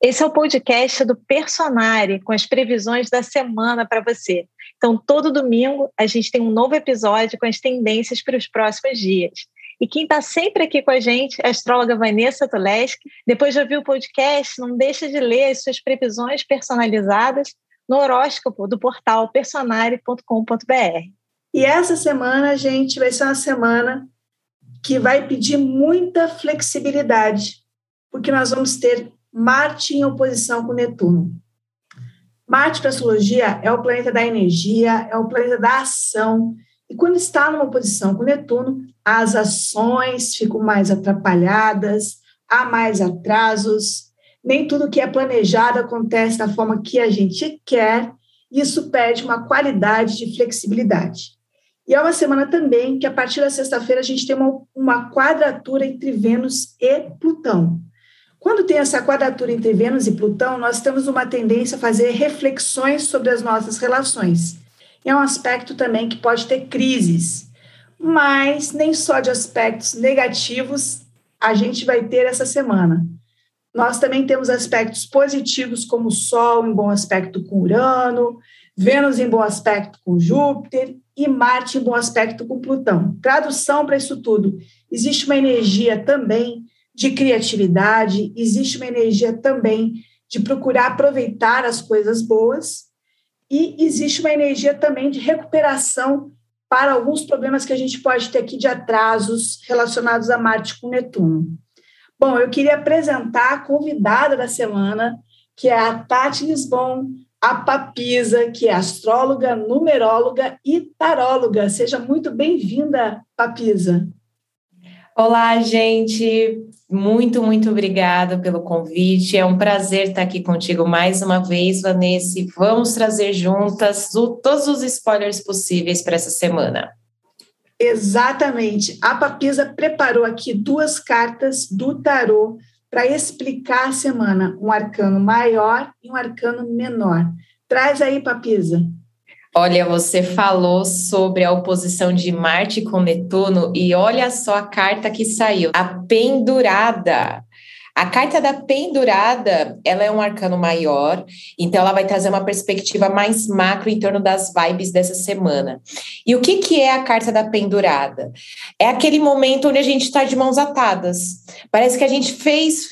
Esse é o podcast do Personare, com as previsões da semana para você. Então, todo domingo, a gente tem um novo episódio com as tendências para os próximos dias. E quem está sempre aqui com a gente é a astróloga Vanessa Tuleski. Depois de ouvir o podcast, não deixa de ler as suas previsões personalizadas no horóscopo do portal personare.com.br. E essa semana, gente, vai ser uma semana que vai pedir muita flexibilidade, porque nós vamos ter Marte em oposição com Netuno. Marte, para a astrologia, é o planeta da energia, é o planeta da ação. E quando está numa oposição com Netuno, as ações ficam mais atrapalhadas, há mais atrasos, nem tudo que é planejado acontece da forma que a gente quer, e isso perde uma qualidade de flexibilidade. E é uma semana também que, a partir da sexta-feira, a gente tem uma quadratura entre Vênus e Plutão. Quando tem essa quadratura entre Vênus e Plutão, nós temos uma tendência a fazer reflexões sobre as nossas relações. É um aspecto também que pode ter crises, mas nem só de aspectos negativos a gente vai ter essa semana. Nós também temos aspectos positivos, como o Sol em bom aspecto com Urano, Vênus em bom aspecto com Júpiter e Marte em bom aspecto com Plutão. Tradução para isso tudo: existe uma energia também de criatividade, existe uma energia também de procurar aproveitar as coisas boas e existe uma energia também de recuperação para alguns problemas que a gente pode ter aqui de atrasos relacionados a Marte com Netuno. Bom, eu queria apresentar a convidada da semana, que é a Tati Lisbon, a Papisa, que é astróloga, numeróloga e taróloga. Seja muito bem-vinda, Papisa. Olá, gente. Muito obrigada pelo convite. É um prazer estar aqui contigo mais uma vez, Vanessa. E vamos trazer juntas todos os spoilers possíveis para essa semana. Exatamente. A Papisa preparou aqui 2 cartas do tarô para explicar a semana, um arcano maior e um arcano menor. Traz aí, Papisa. Olha, você falou sobre a oposição de Marte com Netuno e olha só a carta que saiu, a Pendurada. A carta da Pendurada, ela é um arcano maior, então ela vai trazer uma perspectiva mais macro em torno das vibes dessa semana. E o que é a carta da Pendurada? É aquele momento onde a gente está de mãos atadas. Parece que a gente fez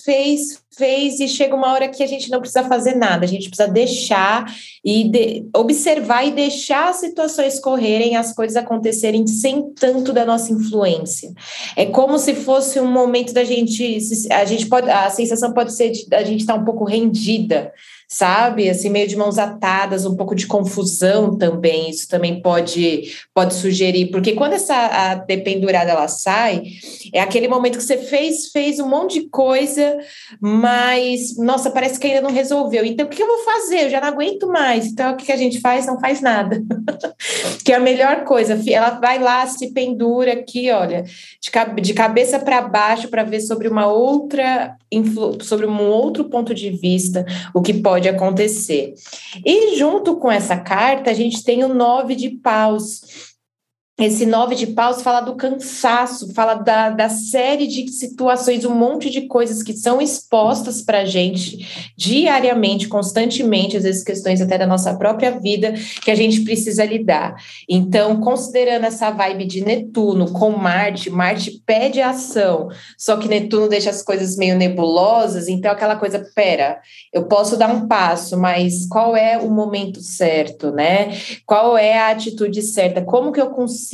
e chega uma hora que a gente não precisa fazer nada, a gente precisa deixar e observar e deixar as situações correrem, as coisas acontecerem sem tanto da nossa influência. É como se fosse um momento da gente, a sensação pode ser de a gente estar um pouco rendida, sabe? Assim, meio de mãos atadas, um pouco de confusão também, isso também pode sugerir, porque quando a dependurada ela sai, é aquele momento que você fez um monte de coisa, mas, nossa, parece que ainda não resolveu. Então, o que eu vou fazer? Eu já não aguento mais. Então, o que a gente faz? Não faz nada. Que é a melhor coisa. Ela vai lá, se pendura aqui, olha, de cabeça para baixo para ver sobre um outro ponto de vista o que pode acontecer. E junto com essa carta, a gente tem o 9 de paus. Esse 9 de paus fala do cansaço, fala da série de situações, um monte de coisas que são expostas para a gente diariamente, constantemente, às vezes questões até da nossa própria vida, que a gente precisa lidar. Então, considerando essa vibe de Netuno com Marte pede ação, só que Netuno deixa as coisas meio nebulosas, então aquela coisa, eu posso dar um passo, mas qual é o momento certo, né? Qual é a atitude certa? Como que eu consigo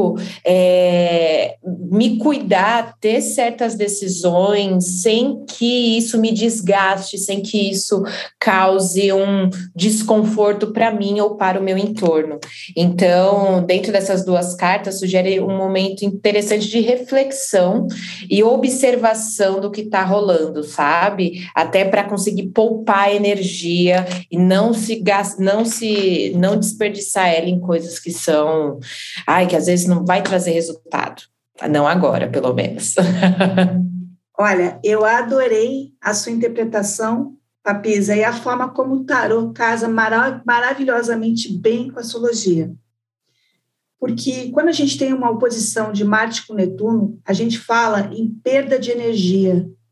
me cuidar, ter certas decisões sem que isso me desgaste, sem que isso cause um desconforto para mim ou para o meu entorno. Então, dentro dessas 2 cartas, sugere um momento interessante de reflexão e observação do que está rolando, sabe? Até para conseguir poupar energia e não desperdiçar ela em coisas que são que às vezes não vai trazer resultado. Não agora, pelo menos. Olha, eu adorei a sua interpretação, Papisa, e a forma como o tarô casa maravilhosamente bem com a astrologia. Porque quando a gente tem uma oposição de Marte com Netuno, a gente fala em perda de energia.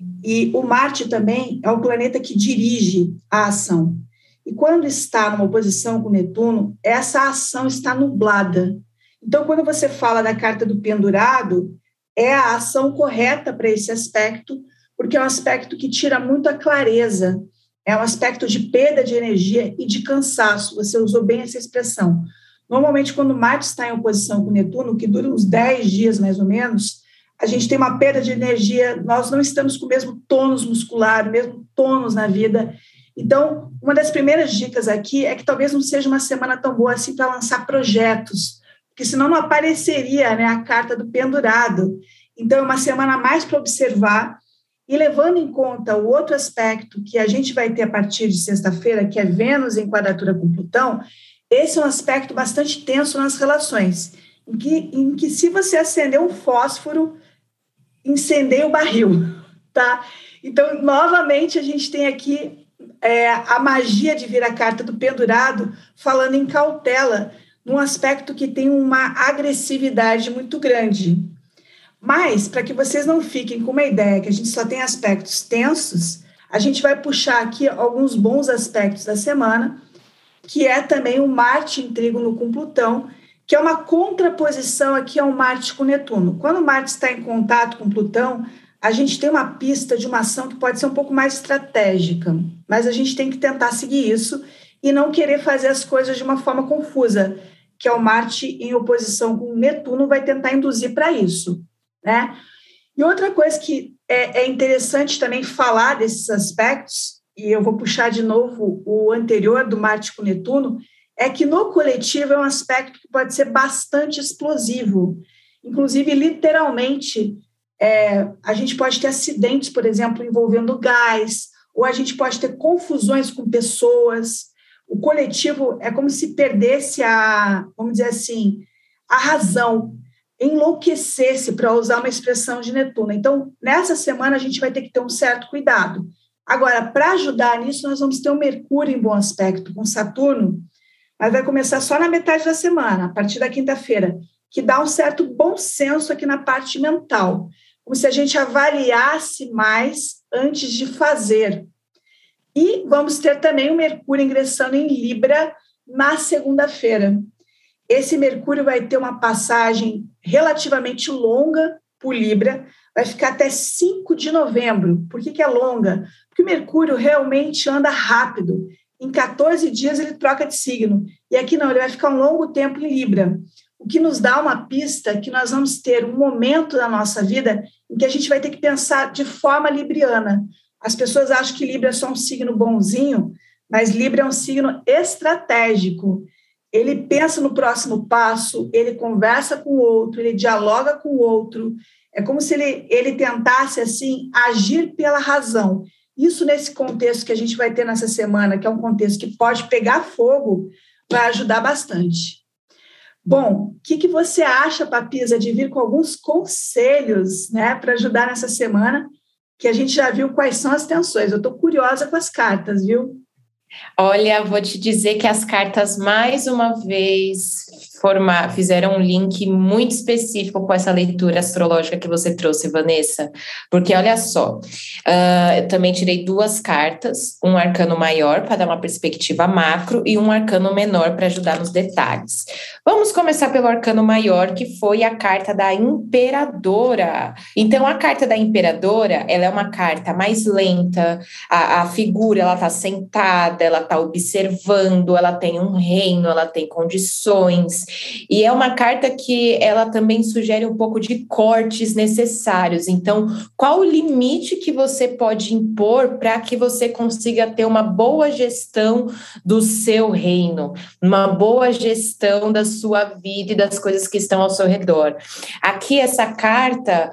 E o Marte também é um planeta que dirige a ação. E quando está numa oposição com Netuno, essa ação está nublada. Então, quando você fala da carta do pendurado, é a ação correta para esse aspecto, porque é um aspecto que tira muito a clareza, é um aspecto de perda de energia e de cansaço. Você usou bem essa expressão. Normalmente, quando Marte está em oposição com Netuno, que dura uns 10 dias mais ou menos, a gente tem uma perda de energia, nós não estamos com o mesmo tônus muscular, o mesmo tônus na vida. Então, uma das primeiras dicas aqui é que talvez não seja uma semana tão boa assim para lançar projetos, porque senão não apareceria, né, a carta do pendurado. Então, é uma semana mais para observar, e levando em conta o outro aspecto que a gente vai ter a partir de sexta-feira, que é Vênus em quadratura com Plutão, esse é um aspecto bastante tenso nas relações, em que se você acender um fósforo, incendeia o barril, tá? Então, novamente, a gente tem aqui a magia de vir a carta do pendurado falando em cautela, num aspecto que tem uma agressividade muito grande. Mas, para que vocês não fiquem com uma ideia que a gente só tem aspectos tensos, a gente vai puxar aqui alguns bons aspectos da semana, que é também o Marte em trígono com Plutão, que é uma contraposição aqui ao Marte com Netuno. Quando o Marte está em contato com Plutão, a gente tem uma pista de uma ação que pode ser um pouco mais estratégica, mas a gente tem que tentar seguir isso e não querer fazer as coisas de uma forma confusa, que é o Marte em oposição com Netuno vai tentar induzir para isso, né? E outra coisa que é interessante também falar desses aspectos, e eu vou puxar de novo o anterior do Marte com Netuno, é que no coletivo é um aspecto que pode ser bastante explosivo. Inclusive, literalmente, a gente pode ter acidentes, por exemplo, envolvendo gás, ou a gente pode ter confusões com pessoas. O coletivo é como se perdesse vamos dizer assim, a razão, enlouquecesse, para usar uma expressão de Netuno. Então, nessa semana, a gente vai ter que ter um certo cuidado. Agora, para ajudar nisso, nós vamos ter o Mercúrio em bom aspecto com Saturno, mas vai começar só na metade da semana, a partir da quinta-feira, que dá um certo bom senso aqui na parte mental, como se a gente avaliasse mais antes de fazer. E vamos ter também o Mercúrio ingressando em Libra na segunda-feira. Esse Mercúrio vai ter uma passagem relativamente longa por Libra, vai ficar até 5 de novembro. Por que é longa? Porque o Mercúrio realmente anda rápido. Em 14 dias ele troca de signo. E aqui não, ele vai ficar um longo tempo em Libra. O que nos dá uma pista que nós vamos ter um momento da nossa vida em que a gente vai ter que pensar de forma libriana. As pessoas acham que Libra é só um signo bonzinho, mas Libra é um signo estratégico. Ele pensa no próximo passo, ele conversa com o outro, ele dialoga com o outro. É como se ele tentasse, assim, agir pela razão. Isso nesse contexto que a gente vai ter nessa semana, que é um contexto que pode pegar fogo, vai ajudar bastante. Bom, o que você acha, Papisa, de vir com alguns conselhos, né, para ajudar nessa semana, que a gente já viu quais são as tensões? Eu estou curiosa com as cartas, viu? Olha, vou te dizer que as cartas, mais uma vez, fizeram um link muito específico com essa leitura astrológica que você trouxe, Vanessa, porque olha só, eu também tirei 2 cartas, um arcano maior para dar uma perspectiva macro e um arcano menor para ajudar nos detalhes. Vamos começar pelo arcano maior, que foi a carta da Imperadora. Então, a carta da Imperadora, ela é uma carta mais lenta, a figura, ela está sentada, ela está observando, ela tem um reino, ela tem condições, e é uma carta que ela também sugere um pouco de cortes necessários. Então, qual o limite que você pode impor para que você consiga ter uma boa gestão do seu reino, uma boa gestão da sua vida e das coisas que estão ao seu redor? Aqui, essa carta,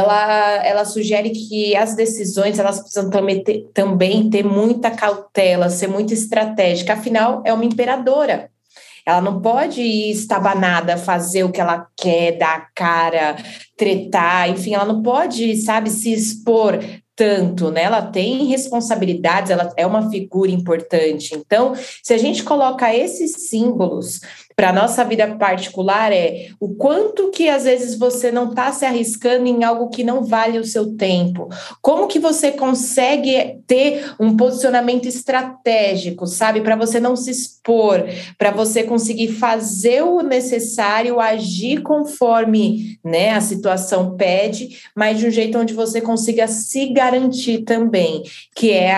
ela sugere que as decisões, elas precisam também ter muita cautela, ser muito estratégica, afinal, é uma imperadora. Ela não pode ir estabanada, fazer o que ela quer, dar a cara, tretar, enfim, ela não pode, sabe, se expor tanto, né? Ela tem responsabilidades, ela é uma figura importante. Então, se a gente coloca esses símbolos para a nossa vida particular é o quanto que às vezes você não está se arriscando em algo que não vale o seu tempo. Como que você consegue ter um posicionamento estratégico, sabe? Para você não se expor, para você conseguir fazer o necessário, agir conforme, né, a situação pede, mas de um jeito onde você consiga se garantir também, que é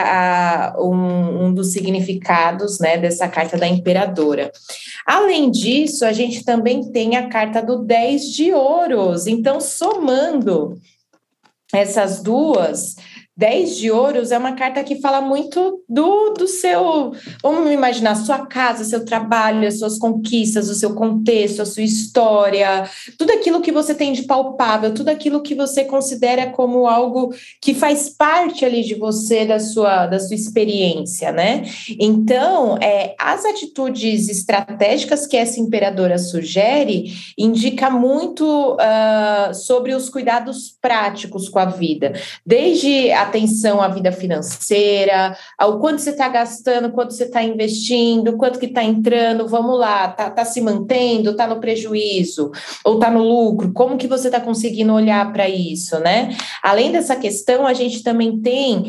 um dos significados, né, dessa carta da Imperadora. Além disso, a gente também tem a carta do 10 de ouros. Então, somando essas duas, 10 de ouros é uma carta que fala muito do seu, vamos imaginar, sua casa, seu trabalho, as suas conquistas, o seu contexto, a sua história, tudo aquilo que você tem de palpável, tudo aquilo que você considera como algo que faz parte ali de você, da sua experiência, né? Então, as atitudes estratégicas que essa imperadora sugere indica muito sobre os cuidados práticos com a vida, desde atenção à vida financeira, ao quanto você está gastando, quanto você está investindo, quanto que está entrando, vamos lá, tá se mantendo, está no prejuízo, ou está no lucro, como que você está conseguindo olhar para isso, né? Além dessa questão, a gente também tem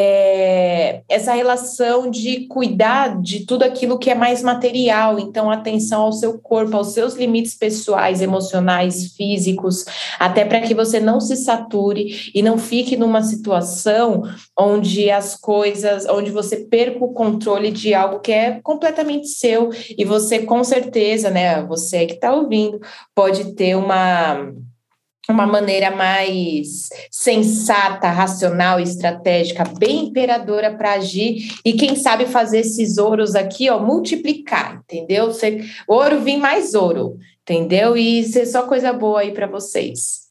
essa relação de cuidar de tudo aquilo que é mais material, então atenção ao seu corpo, aos seus limites pessoais, emocionais, físicos, até para que você não se sature e não fique numa situação onde onde você perca o controle de algo que é completamente seu e você com certeza, né, você que está ouvindo, pode ter uma maneira mais sensata, racional, estratégica, bem imperadora para agir e quem sabe fazer esses ouros aqui, ó, multiplicar, entendeu? Ouro vem mais ouro, entendeu? E isso é só coisa boa aí para vocês.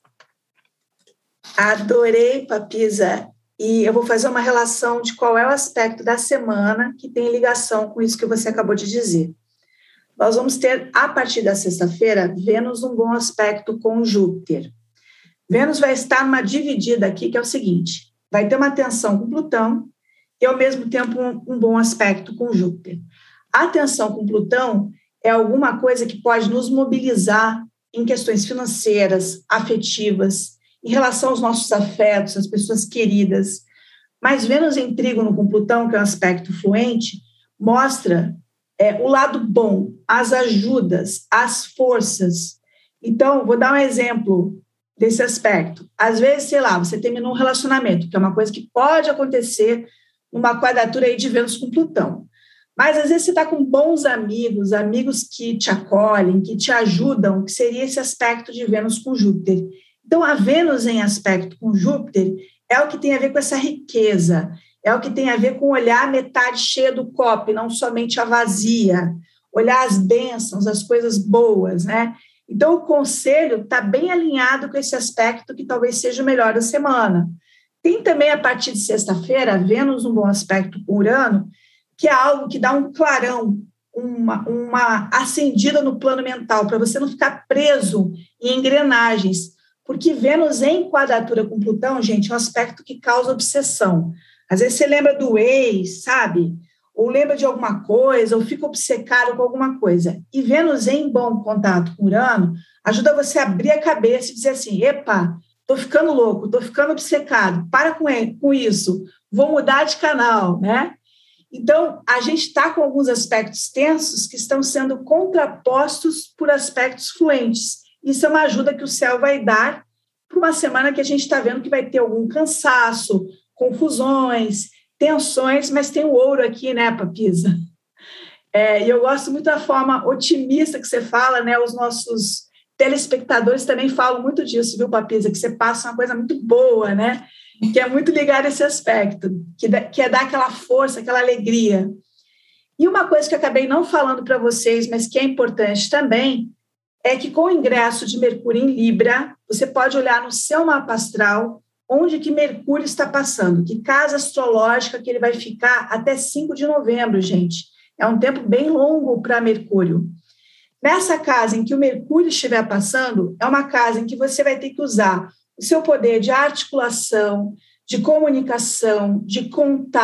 Adorei, Papisa. E eu vou fazer uma relação de qual é o aspecto da semana que tem ligação com isso que você acabou de dizer. Nós vamos ter, a partir da sexta-feira, Vênus um bom aspecto com Júpiter. Vênus vai estar numa dividida aqui, que é o seguinte, vai ter uma tensão com Plutão e, ao mesmo tempo, um bom aspecto com Júpiter. A tensão com Plutão é alguma coisa que pode nos mobilizar em questões financeiras, afetivas, em relação aos nossos afetos, às pessoas queridas. Mas Vênus em trígono com Plutão, que é um aspecto fluente, mostra o lado bom, as ajudas, as forças. Então, vou dar um exemplo desse aspecto. Às vezes, sei lá, você terminou um relacionamento, que é uma coisa que pode acontecer numa quadratura aí de Vênus com Plutão. Mas, às vezes, você está com bons amigos, amigos que te acolhem, que te ajudam, que seria esse aspecto de Vênus com Júpiter. Então, a Vênus em aspecto com Júpiter é o que tem a ver com essa riqueza, é o que tem a ver com olhar a metade cheia do copo, e não somente a vazia, olhar as bênçãos, as coisas boas, né? Então, o conselho está bem alinhado com esse aspecto que talvez seja o melhor da semana. Tem também, a partir de sexta-feira, Vênus um bom aspecto com Urano, que é algo que dá um clarão, uma acendida no plano mental, para você não ficar preso em engrenagens. Porque Vênus em quadratura com Plutão, gente, é um aspecto que causa obsessão. Às vezes você lembra do ex, sabe? Ou lembra de alguma coisa, ou fica obcecado com alguma coisa. E Vênus em bom contato com Urano ajuda você a abrir a cabeça e dizer assim, epa, estou ficando louco, estou ficando obcecado, para com isso, vou mudar de canal, né? Então, a gente está com alguns aspectos tensos que estão sendo contrapostos por aspectos fluentes. Isso é uma ajuda que o céu vai dar para uma semana que a gente está vendo que vai ter algum cansaço, confusões, tensões, mas tem o ouro aqui, né, Papisa? E eu gosto muito da forma otimista que você fala, né? Os nossos telespectadores também falam muito disso, viu, Papisa? Que você passa uma coisa muito boa, né? Que é muito ligada a esse aspecto, que é dar aquela força, aquela alegria. E uma coisa que eu acabei não falando para vocês, mas que é importante também, é que com o ingresso de Mercúrio em Libra, você pode olhar no seu mapa astral onde que Mercúrio está passando, que casa astrológica que ele vai ficar até 5 de novembro, gente. É um tempo bem longo para Mercúrio. Nessa casa em que o Mercúrio estiver passando, é uma casa em que você vai ter que usar o seu poder de articulação, de comunicação, de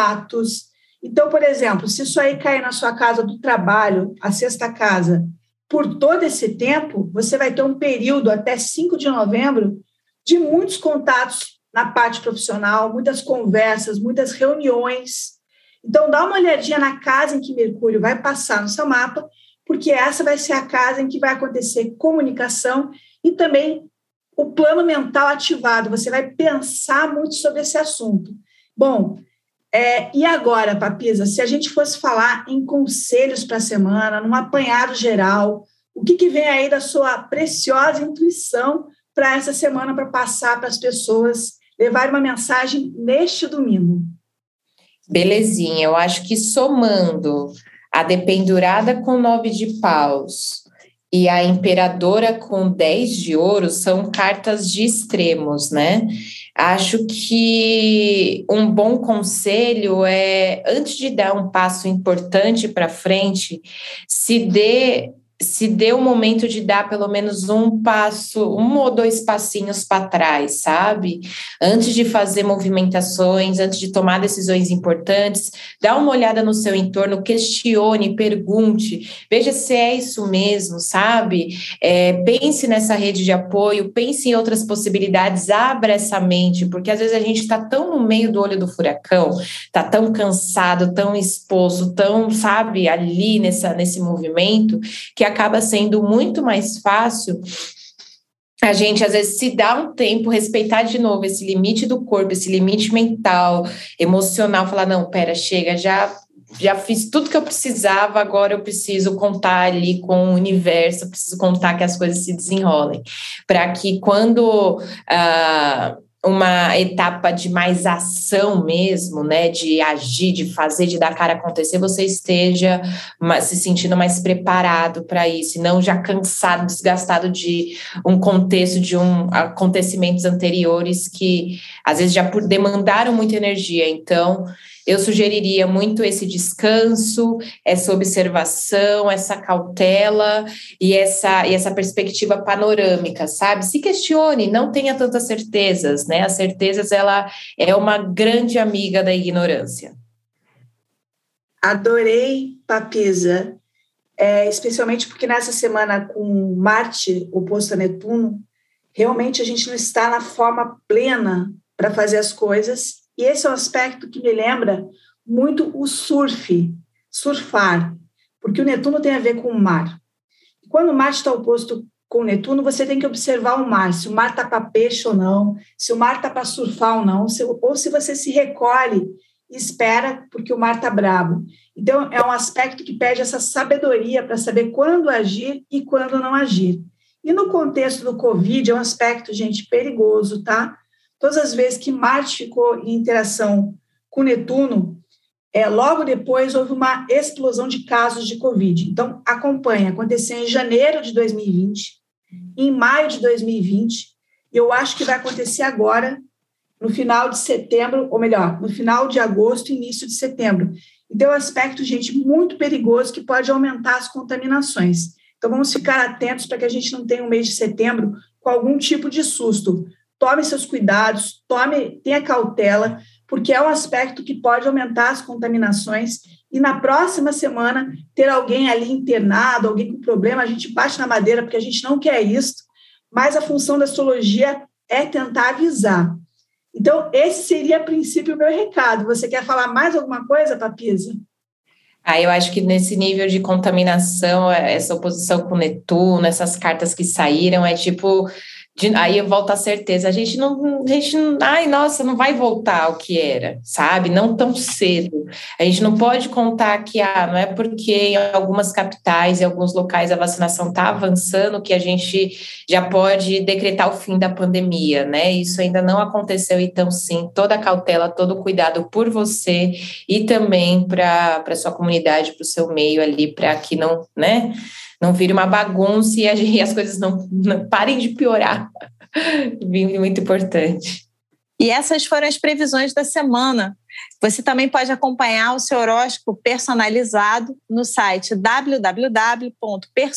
contatos. Então, por exemplo, se isso aí cair na sua casa do trabalho, a sexta casa, por todo esse tempo, você vai ter um período até 5 de novembro de muitos contatos na parte profissional, muitas conversas, muitas reuniões. Então, dá uma olhadinha na casa em que Mercúrio vai passar no seu mapa, porque essa vai ser a casa em que vai acontecer comunicação e também o plano mental ativado. Você vai pensar muito sobre esse assunto. Bom, e agora, Papisa, se a gente fosse falar em conselhos para a semana, num apanhado geral, o que vem aí da sua preciosa intuição para essa semana, para passar para as pessoas, levar uma mensagem neste domingo? Belezinha, eu acho que somando a Dependurada com 9 de paus e a Imperadora com 10 de ouro são cartas de extremos, né? Acho que um bom conselho é, antes de dar um passo importante para frente, se dê o momento de dar pelo menos um passo, 1 ou 2 passinhos para trás, sabe? Antes de fazer movimentações, antes de tomar decisões importantes, dá uma olhada no seu entorno, questione, pergunte, veja se é isso mesmo, sabe? Pense nessa rede de apoio, pense em outras possibilidades, abra essa mente, porque às vezes a gente está tão no meio do olho do furacão, está tão cansado, tão exposto, tão, sabe, ali nesse movimento, que acaba sendo muito mais fácil a gente, às vezes, se dá um tempo, respeitar de novo esse limite do corpo, esse limite mental, emocional, falar, não, pera, chega, já fiz tudo que eu precisava, agora eu preciso contar ali com o universo, eu preciso contar que as coisas se desenrolem, para que quando uma etapa de mais ação mesmo, né, de agir, de fazer, de dar cara a acontecer, você esteja se sentindo mais preparado para isso, e não já cansado, desgastado de um contexto, de acontecimentos anteriores que às vezes já demandaram muita energia. Então, eu sugeriria muito esse descanso, essa observação, essa cautela e essa perspectiva panorâmica, sabe? Se questione, não tenha tantas certezas, né? As certezas, ela é uma grande amiga da ignorância. Adorei, Papisa, especialmente porque nessa semana com Marte oposto a Netuno, realmente a gente não está na forma plena para fazer as coisas. E esse é um aspecto que me lembra muito o surfar, porque o Netuno tem a ver com o mar. E quando o Marte está oposto com o Netuno, você tem que observar o mar, se o mar está para peixe ou não, se o mar está para surfar ou não, ou se você se recolhe e espera porque o mar está bravo. Então, é um aspecto que pede essa sabedoria para saber quando agir e quando não agir. E no contexto do Covid, é um aspecto, gente, perigoso, tá? Todas as vezes que Marte ficou em interação com Netuno, logo depois houve uma explosão de casos de Covid. Então, acompanha, aconteceu em janeiro de 2020, em maio de 2020, e eu acho que vai acontecer agora, no final de setembro, ou melhor, no final de agosto, início de setembro. Então, é um aspecto, gente, muito perigoso que pode aumentar as contaminações. Então, vamos ficar atentos para que a gente não tenha um mês de setembro com algum tipo de susto. Tome seus cuidados, tenha cautela, porque é um aspecto que pode aumentar as contaminações e na próxima semana ter alguém ali internado, alguém com problema, a gente bate na madeira porque a gente não quer isso, mas a função da astrologia é tentar avisar. Então, esse seria, a princípio, o meu recado. Você quer falar mais alguma coisa, Papisa? Eu acho que nesse nível de contaminação, essa oposição com Netuno, essas cartas que saíram, tipo... Aí eu volto à certeza, a gente não, ai, nossa, não vai voltar ao que era, sabe? Não tão cedo. A gente não pode contar que, não é porque em algumas capitais, em alguns locais a vacinação está avançando que a gente já pode decretar o fim da pandemia, né? Isso ainda não aconteceu, então sim, toda a cautela, todo o cuidado por você e também para a sua comunidade, para o seu meio ali, para que não, né? Não vire uma bagunça e as coisas não parem de piorar. Muito importante. E essas foram as previsões da semana. Você também pode acompanhar o seu horóscopo personalizado no site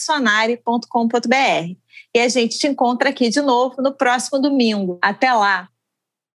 www.personare.com.br. E a gente te encontra aqui de novo no próximo domingo. Até lá!